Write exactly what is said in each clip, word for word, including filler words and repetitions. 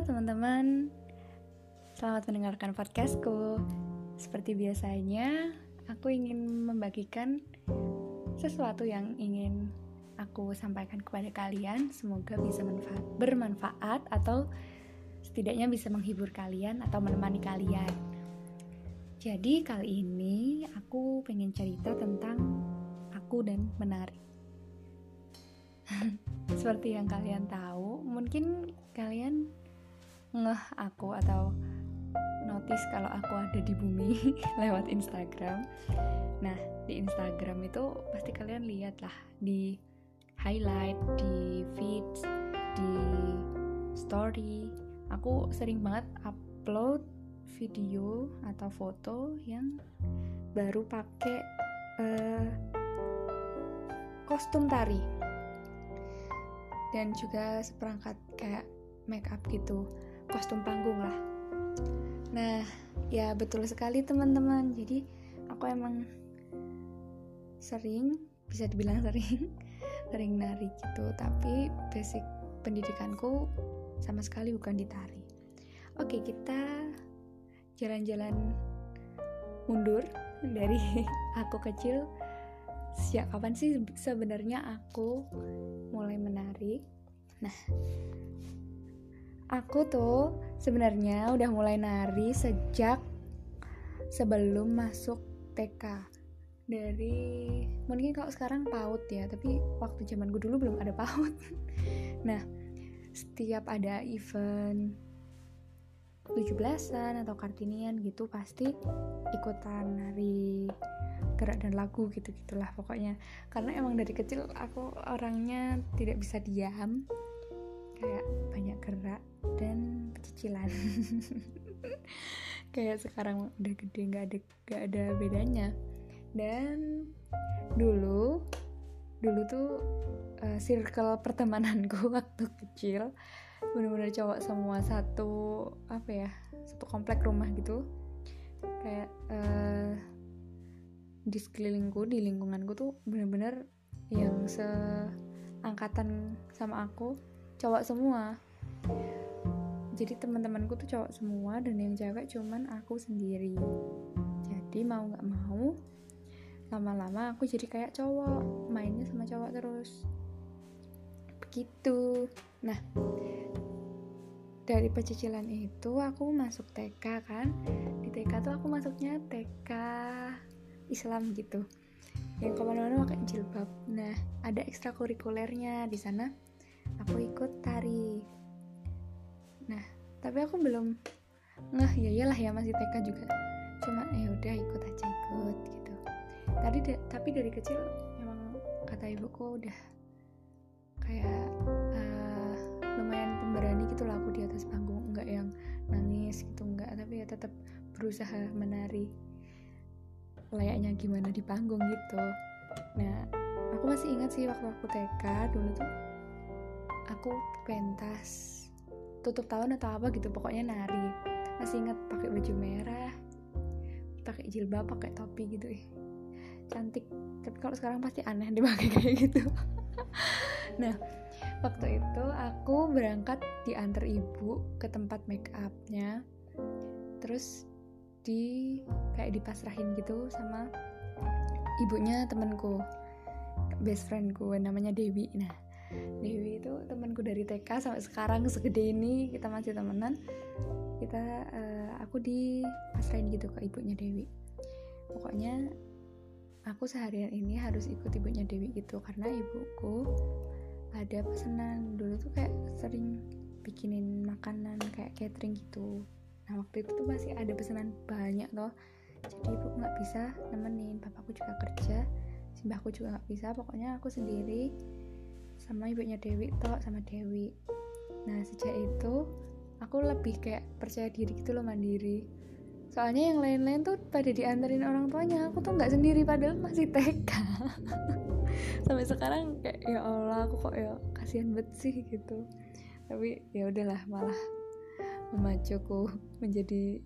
teman-teman, selamat mendengarkan podcastku. Seperti biasanya, aku ingin membagikan sesuatu yang ingin aku sampaikan kepada kalian. Semoga bisa manfaat, bermanfaat atau setidaknya bisa menghibur kalian atau menemani kalian. Jadi kali ini aku pengen cerita tentang aku dan menari. Seperti yang kalian tahu, mungkin kalian ngeh aku atau notice kalau aku ada di bumi lewat Instagram. Nah, di Instagram itu pasti kalian lihat lah di highlight, di feeds, di story. Aku sering banget upload video atau foto yang baru pakai uh, kostum tari dan juga seperangkat kayak make up gitu, kostum panggung lah. Nah, ya betul sekali teman-teman. Jadi aku emang sering, bisa dibilang sering, sering nari gitu. Tapi basic pendidikanku sama sekali bukan di tari. Oke, kita jalan-jalan mundur dari aku kecil. Sejak kapan sih sebenarnya aku mulai menari? Nah, aku tuh sebenarnya udah mulai nari sejak sebelum masuk T K. Dari mungkin kalau sekarang PAUD ya, tapi waktu zamanku dulu belum ada PAUD. Nah, setiap ada event tujuh belasan atau Kartinian gitu pasti ikutan nari gerak dan lagu gitu-gitulah pokoknya. Karena emang dari kecil aku orangnya tidak bisa diam, kayak banyak gerak dan pecicilan. Kayak sekarang udah gede nggak ada nggak ada bedanya. Dan dulu dulu tuh uh, circle pertemananku waktu kecil benar-benar cowok semua, satu apa ya satu komplek rumah gitu. Kayak uh, di sekelilingku, di lingkunganku tuh benar-benar yang seangkatan sama aku cowok semua. Jadi teman-temanku tuh cowok semua dan yang cewek cuman aku sendiri. Jadi mau nggak mau lama-lama aku jadi kayak cowok, mainnya sama cowok terus begitu. Nah, dari pecicilan itu aku masuk T K kan. Di T K tuh aku masuknya T K Islam gitu, yang kemana-mana pakai jilbab. Nah, ada ekstrakurikulernya di sana. Aku ikut tari. Nah, tapi aku belum ngeh, ya iyalah ya masih T K juga. Cuma ya udah ikut aja ikut gitu. Tadi de- tapi dari kecil memang kata ibuku udah kayak uh, lumayan pemberani gitu lah aku di atas panggung, enggak yang nangis gitu enggak, tapi ya tetap berusaha menari layaknya gimana di panggung gitu. Nah, aku masih ingat sih waktu aku T K dulu tuh aku pentas tutup tahun atau apa gitu, pokoknya nari. Masih ingat pakai baju merah, pakai jilbab, pakai topi gitu, eh cantik. Tapi kalau sekarang pasti aneh dipakai kayak gitu. Nah, waktu itu aku berangkat diantar ibu ke tempat make upnya, terus di kayak dipasrahin gitu sama ibunya temanku, best friendku, namanya Dewi. Nah, Dewi itu temanku dari T K sampai sekarang segede ini kita masih temenan. Kita uh, aku dipasrahin gitu ke ibunya Dewi. Pokoknya aku seharian ini harus ikut ibunya Dewi gitu karena ibuku ada pesanan. Dulu tuh kayak sering bikinin makanan kayak catering gitu. Nah, waktu itu tuh masih ada pesanan banyak loh. Jadi ibu nggak bisa nemenin, papaku juga kerja, simbahku juga nggak bisa. Pokoknya aku sendiri sama ibunya Dewi toh, sama Dewi. Nah, sejak itu aku lebih kayak percaya diri gitu loh, mandiri. Soalnya yang lain-lain tuh pada dianterin orang tuanya, aku tuh nggak sendiri padahal masih T K. Sampai sekarang kayak ya Allah, aku kok ya kasihan banget sih gitu. Tapi ya udahlah, malah memacuku menjadi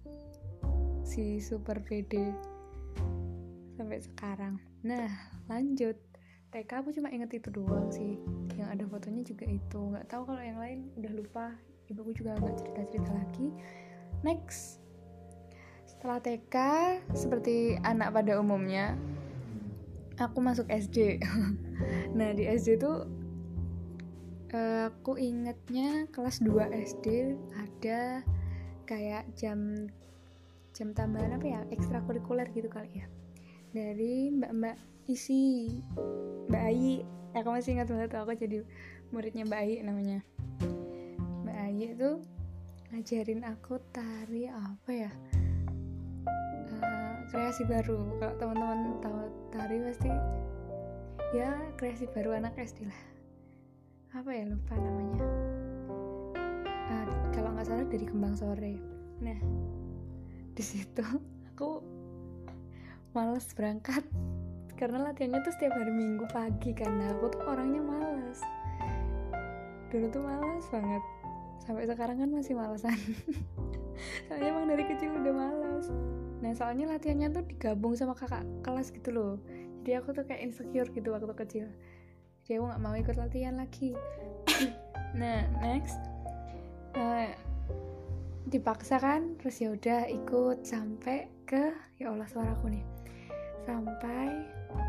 si super pede sampai sekarang. Nah, lanjut T K aku cuma inget itu doang sih, yang ada fotonya juga itu. Nggak tahu kalau yang lain, udah lupa ibuku juga nggak cerita-cerita lagi. Next, setelah T K seperti anak pada umumnya aku masuk S D. Nah di S D tuh uh, aku ingetnya kelas dua S D ada kayak jam jam tambahan apa ya, ekstrakurikuler gitu kali ya, dari mbak-mbak isi, Mbak Ayi. Aku masih ingat banget tuh, aku jadi muridnya Mbak Ayi namanya. Mbak Ayi itu ngajarin aku tari apa ya, uh, kreasi baru. Kalau teman-teman tahu tari pasti ya kreasi baru anak S D lah. Apa ya, lupa namanya. Uh, kalau nggak salah dari Kembang Sore. Nah di situ aku males berangkat karena latihannya tuh setiap hari Minggu pagi, karena aku tuh orangnya malas. Dulu tuh malas banget, sampai sekarang kan masih malasan. Soalnya emang dari kecil udah malas. Nah soalnya latihannya tuh digabung sama kakak kelas gitu loh, jadi aku tuh kayak insecure gitu waktu kecil, jadi aku nggak mau ikut latihan lagi. Nah next uh, dipaksa kan, terus ya udah ikut sampai ke, ya Allah suaraku nih, sampai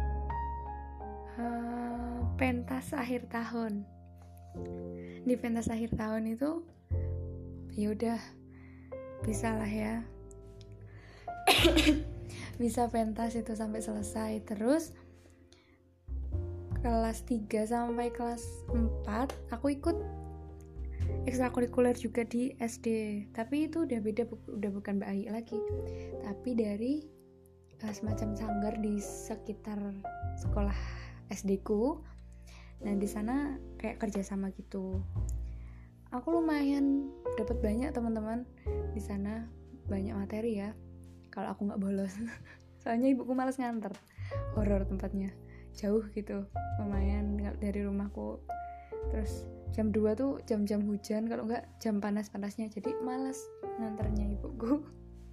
uh, pentas akhir tahun. Di pentas akhir tahun itu ya udah bisa lah ya, bisa pentas itu sampai selesai. Terus kelas tiga sampai kelas empat aku ikut ekstrakurikuler juga di S D, tapi itu udah beda, udah bukan Mbak Ayi lagi, tapi dari uh, semacam sanggar di sekitar sekolah S D ku. Nah di sana kayak kerjasama gitu. Aku lumayan dapat banyak teman-teman di sana, banyak materi ya kalau aku nggak bolos. Soalnya ibuku malas nganter, horor tempatnya, jauh gitu, lumayan dari rumahku. Terus jam dua tuh jam-jam hujan, kalau nggak jam panas-panasnya, jadi malas nganternya ibuku.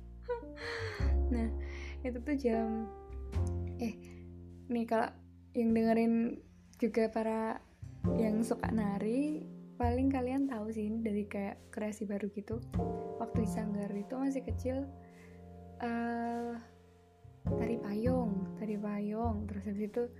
Nah itu tuh jam eh nih kalau yang dengerin juga para yang suka nari, paling kalian tahu sih dari kayak kreasi baru gitu. Waktu di sanggar itu masih kecil, uh, tari payung, tari payung, terus habis itu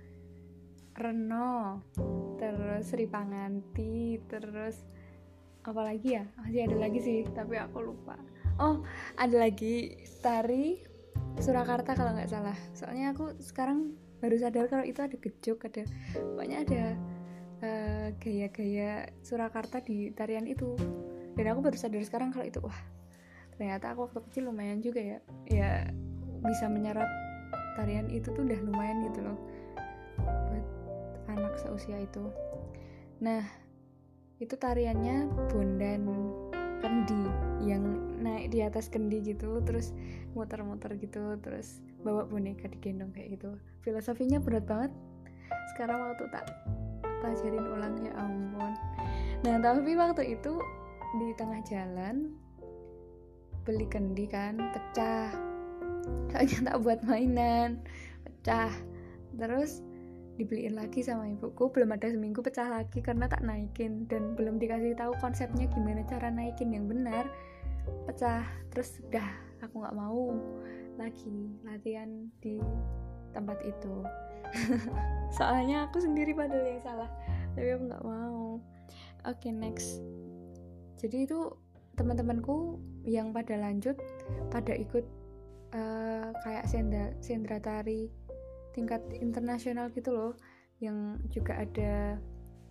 reno, terus Sri Panganti, terus apa lagi ya? Masih ada lagi sih, tapi aku lupa. Oh, ada lagi tari Surakarta kalau nggak salah. Soalnya aku sekarang baru sadar kalau itu ada gejok, ada pokoknya ada uh, gaya-gaya Surakarta di tarian itu. Dan aku baru sadar sekarang kalau itu, wah ternyata aku waktu kecil lumayan juga ya, ya bisa menyerap tarian itu tuh udah lumayan gitu loh buat anak seusia itu. Nah itu tariannya bondan kendi, yang naik di atas kendi gitu, terus muter-muter gitu, terus bawa boneka digendong kayak gitu. Filosofinya berat banget. Sekarang waktu tak pelajarin ulang, ya ampun. Nah tapi waktu itu di tengah jalan beli kendi kan, pecah. Soalnya tak buat mainan, pecah. Terus dibeliin lagi sama ibuku, belum ada seminggu pecah lagi karena tak naikin dan belum dikasih tahu konsepnya gimana cara naikin yang benar, pecah. Terus udah aku nggak mau lagi latihan di tempat itu. Soalnya aku sendiri padahal yang salah, tapi aku nggak mau. Oke okay, next. Jadi itu teman-temanku yang pada lanjut pada ikut uh, kayak sendra sendra tari tingkat internasional gitu loh, yang juga ada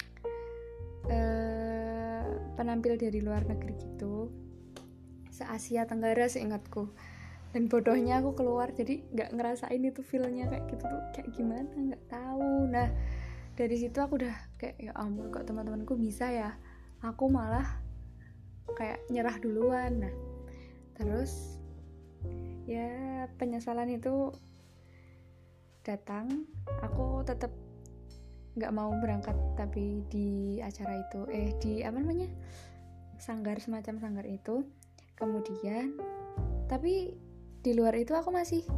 uh, penampil dari luar negeri gitu, se-Asia Tenggara seingatku. Dan bodohnya aku keluar, jadi nggak ngerasain itu feel-nya kayak gitu tuh kayak gimana, nggak tahu. Nah dari situ aku udah kayak ya ampun kok teman-temanku bisa ya, aku malah kayak nyerah duluan. Nah terus ya penyesalan itu datang, aku tetap nggak mau berangkat tapi di acara itu eh di apa namanya sanggar, semacam sanggar itu. Kemudian tapi di luar itu aku masih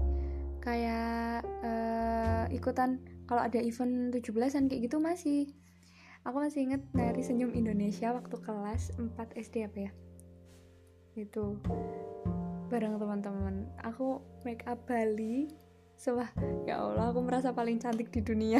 kayak uh, ikutan kalau ada event tujuh belasan kayak gitu, masih Aku masih inget nari Senyum Indonesia waktu kelas empat S D apa ya, itu bareng teman-teman. Aku make up Bali. Wah, ya Allah, aku merasa paling cantik di dunia.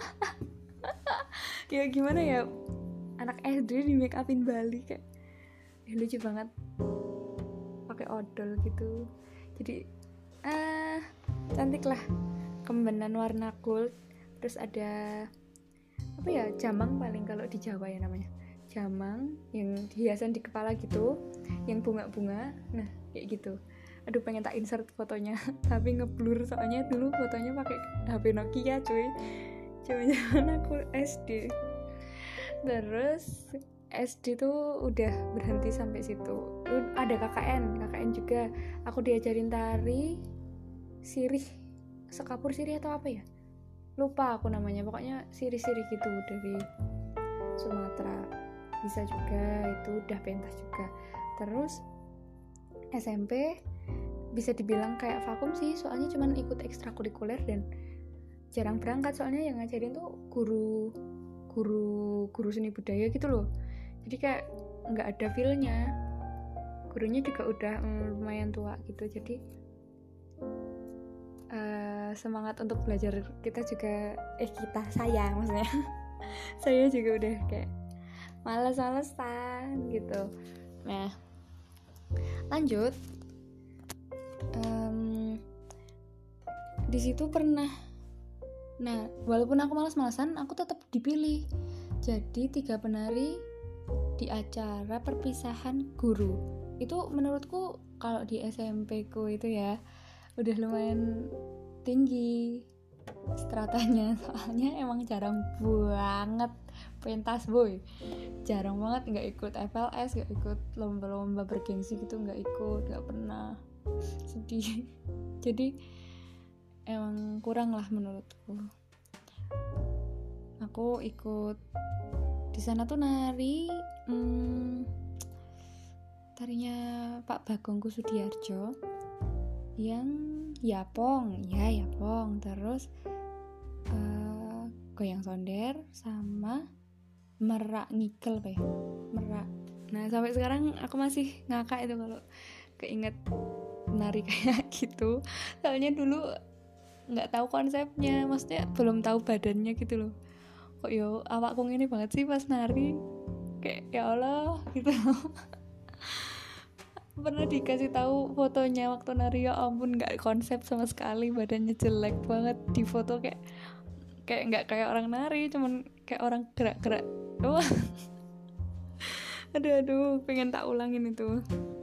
Kayak gimana ya, anak S D di make upin Bali, kayak ya, lucu banget, pakai odol gitu. Jadi ah cantik lah, kembenan warna gold. Terus ada apa ya, jamang paling kalau di Jawa ya namanya, jamang yang hiasan di kepala gitu, yang bunga-bunga. Nah kayak gitu. Aduh, pengen tak insert fotonya tapi ngeblur soalnya dulu fotonya pakai H P Nokia cuy, zaman aku S D. Terus S D tuh udah berhenti sampai situ. Ada K K N, K K N juga aku diajarin tari sirih, sekapur sirih atau apa ya, lupa aku namanya, pokoknya sirih-sirih gitu dari Sumatera bisa juga, itu udah pentas juga. Terus S M P bisa dibilang kayak vakum sih, soalnya cuman ikut ekstrakurikuler dan jarang berangkat, soalnya yang ngajarin tuh guru guru guru seni budaya gitu loh, jadi kayak nggak ada feel-nya. Gurunya juga udah mm, lumayan tua gitu, jadi uh, semangat untuk belajar kita juga eh kita saya maksudnya saya juga udah kayak malas-malesan gitu. Nah lanjut, um, di situ pernah, nah walaupun aku malas-malasan, aku tetap dipilih jadi tiga penari di acara perpisahan guru. Itu menurutku kalau di S M P ku itu ya udah lumayan tinggi stratanya, soalnya emang jarang banget pentas boy, jarang banget nggak ikut F L S, nggak ikut lomba-lomba bergengsi gitu, nggak ikut, nggak pernah. Sedih. Jadi emang kurang lah menurutku. Aku ikut di sana tuh nari hmm, tarinya Pak Bagong Kusudiarjo yang Yapong, ya Yapong, terus uh, goyang sonder sama merak ngikel apa ya, merak. Nah sampai sekarang aku masih ngakak itu kalau keinget nari kayak gitu, soalnya dulu nggak tahu konsepnya, maksudnya belum tahu badannya gitu loh, kok yo awakku ini banget sih pas nari, kayak ya Allah gitu. Pernah dikasih tahu fotonya waktu nari, ya ampun nggak konsep sama sekali, badannya jelek banget di foto, kayak kayak nggak kayak orang nari, cuman kayak orang gerak-gerak. Oh. aduh aduh pengen tak ulangin itu.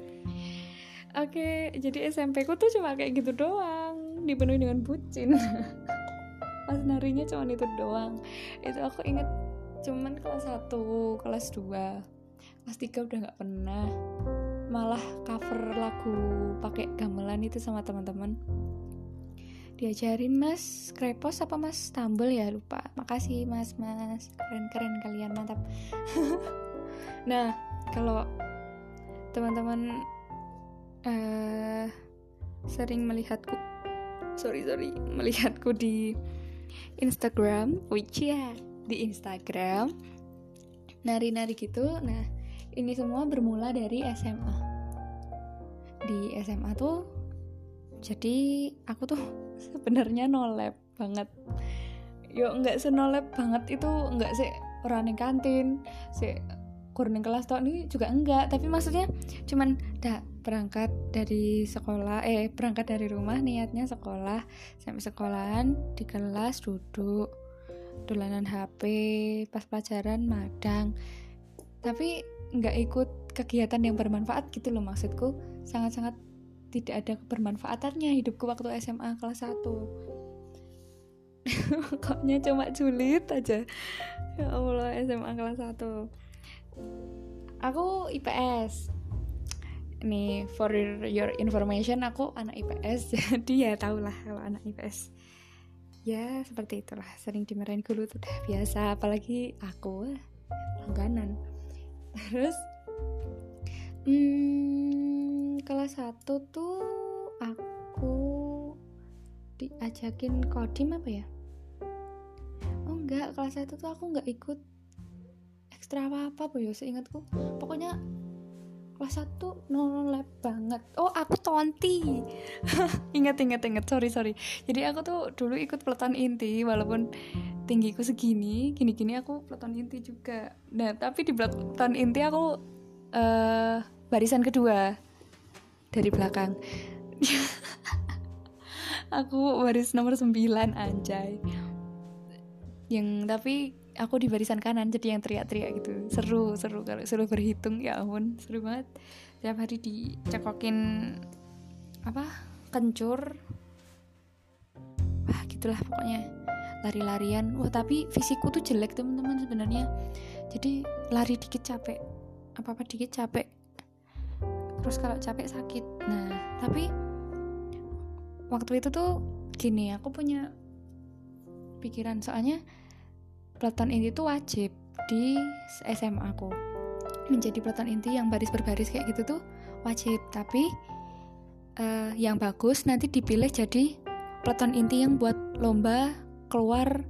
Oke, jadi S M P ku tuh cuma kayak gitu doang, dipenuhi dengan bucin. Pas narinya cuma itu doang. Itu aku inget cuman kelas satu, kelas dua, kelas tiga udah nggak pernah. Malah cover lagu pakai gamelan itu sama teman-teman. Diajarin Mas Krepos apa Mas Tambel ya, lupa. Makasih Mas Mas, keren-keren kalian, mantap. Nah kalau teman-teman uh, sering melihatku, sorry sorry melihatku di Instagram, which ya di Instagram nari-nari gitu. Nah ini semua bermula dari S M A. Di S M A tuh, jadi aku tuh sebenarnya nolep banget. Yo nggak senolep banget itu, nggak sih orang ning kantin, sih kurning kelas tok ini juga enggak. Tapi maksudnya cuman dah berangkat dari sekolah, eh berangkat dari rumah niatnya sekolah, sampai sekolahan di kelas duduk, dolanan H P, pas pelajaran madang. Tapi nggak ikut kegiatan yang bermanfaat gitu loh, maksudku sangat-sangat tidak ada kebermanfaatannya hidupku waktu S M A kelas satu. Koknya cuma julid aja, ya Allah. S M A kelas satu aku I P S. Nih for your information, aku anak I P S. Jadi ya tau lah kalau anak I P S ya seperti itulah, sering dimarahin guru tuh udah biasa, apalagi aku langganan. Terus hmm, kelas satu tuh aku diajakin kodim apa ya, oh enggak, kelas satu tuh aku enggak ikut ekstra apa-apa apa ya seingatku. Pokoknya kelas satu no lab banget. Oh, aku tonti. ingat ingat ingat sorry sorry jadi aku tuh dulu ikut peleton inti, walaupun tinggiku segini gini-gini aku peleton inti juga. Nah tapi di peleton inti aku uh, barisan kedua dari belakang. Aku baris nomor sembilan anjay. Yang tapi aku di barisan kanan, jadi yang teriak-teriak gitu. Seru, seru kalau seru berhitung, ya ampun, seru banget. Tiap hari dicekokin apa? Kencur. Wah, gitulah pokoknya. Lari-larian. Wah, tapi fisikku tuh jelek, teman-teman sebenarnya. Jadi lari dikit capek. Apa-apa dikit capek. Terus kalau capek sakit. Nah, tapi waktu itu tuh gini, aku punya pikiran, soalnya peleton inti itu wajib di S M A aku. Menjadi peleton inti yang baris berbaris kayak gitu tuh wajib. Tapi uh, yang bagus nanti dipilih jadi peleton inti yang buat lomba keluar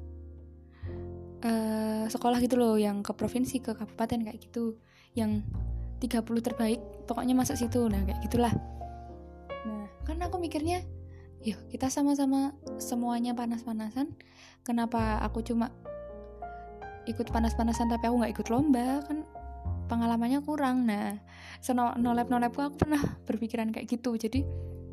uh, sekolah gitu loh, yang ke provinsi, ke kabupaten kayak gitu. Yang tiga puluh terbaik pokoknya masuk situ. Nah kayak gitulah. Nah kan aku mikirnya, yuk kita sama-sama semuanya panas-panasan, kenapa aku cuma ikut panas-panasan tapi aku gak ikut lomba, kan pengalamannya kurang. Nah senolep-nolepku aku pernah berpikiran kayak gitu. Jadi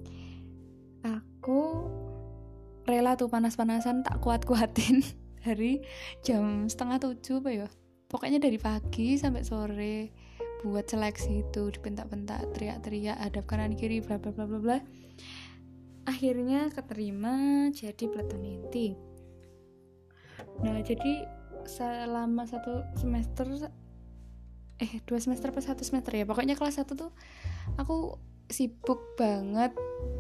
aku rela tuh panas-panasan, tak kuat-kuatin dari jam setengah tujuh apa ya, pokoknya dari pagi sampai sore buat seleksi itu, dibentak-bentak, teriak-teriak, hadap kanan kiri, bla bla bla bla bla. Akhirnya keterima jadi peleton inti. Nah jadi selama satu semester eh dua semester apa satu semester ya, pokoknya kelas satu tuh aku sibuk banget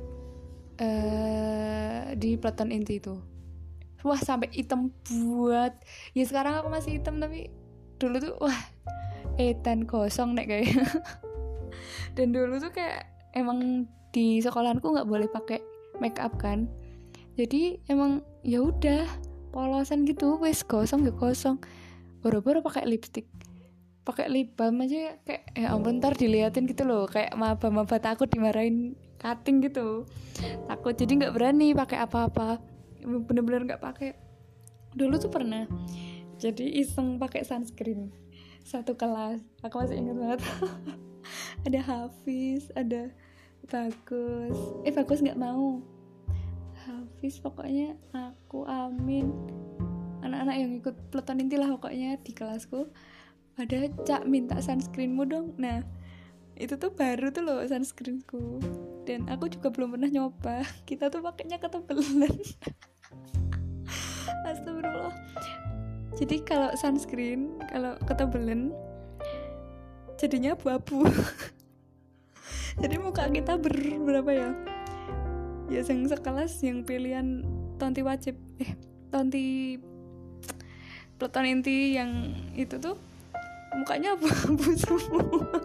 uh, di peleton inti itu. Wah sampai hitam buat, ya sekarang aku masih hitam, tapi dulu tuh wah edan kosong nek kayak. Dan dulu tuh kayak emang di sekolahanku nggak boleh pakai make up kan, jadi emang ya udah polosan gitu, wes gosong ya gosong, boro-boro pakai lipstick, pakai lip balm aja kayak ya ampun ntar diliatin gitu loh, kayak maba-maba takut dimarahin cutting gitu, takut, jadi nggak berani pakai apa-apa, bener-bener nggak pakai. Dulu tuh pernah jadi iseng pakai sunscreen satu kelas, aku masih ingat banget. Ada Hafiz, ada Bagus, eh Bagus nggak mau, Hafiz, pokoknya aku, Amin, anak-anak yang ikut peleton inti lah pokoknya di kelasku. Ada, Cak minta sunscreenmu dong. Nah itu tuh baru tuh loh sunscreenku, dan aku juga belum pernah nyoba. Kita tuh pakainya ketebelan. Astagfirullah. Jadi kalau sunscreen kalau ketebelan jadinya abu-abu. Jadi muka kita ber, berapa ya? Ya yang sekelas yang pilihan tonti wajib, eh tonti peleton inti yang itu tuh mukanya abu-abu semua.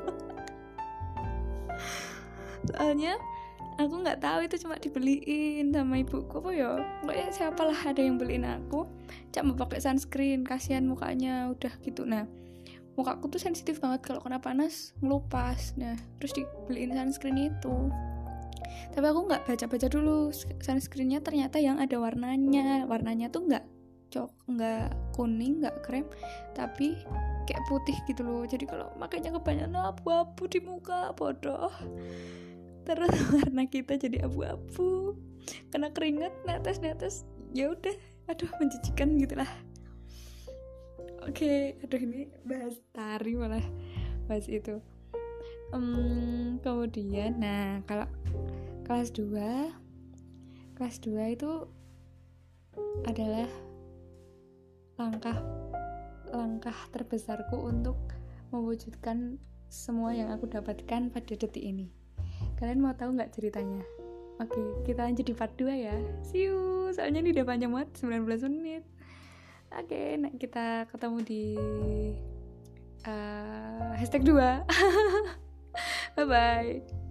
Soalnya aku nggak tahu itu cuma dibeliin sama ibuku apa ya, pokoknya siapalah ada yang beliin aku, Cak mau pakai sunscreen, kasihan mukanya udah gitu. Nah mukaku tuh sensitif banget kalau kena panas ngelupas. Nah terus dibeliin sunscreen itu, tapi aku nggak baca-baca dulu sunscreennya, ternyata yang ada warnanya warnanya tuh nggak cok nggak kuning nggak krem, tapi kayak putih gitu loh. Jadi kalau makanya kebanyakan abu-abu di muka, bodoh. Terus warna kita jadi abu-abu, kena keringat, netes-netes, ya udah, aduh menjijikan gitulah. Oke, okay, aduh ini bahas tari malah bahas itu. Um, kemudian, nah kalau kelas dua, kelas dua itu adalah langkah langkah terbesarku untuk mewujudkan semua yang aku dapatkan pada detik ini. Kalian mau tahu nggak ceritanya? Oke, kita lanjut di part dua ya. See you. Soalnya ini udah panjang banget, sembilan belas menit. Oke, nah kita ketemu di uh, hashtag dua. Bye-bye.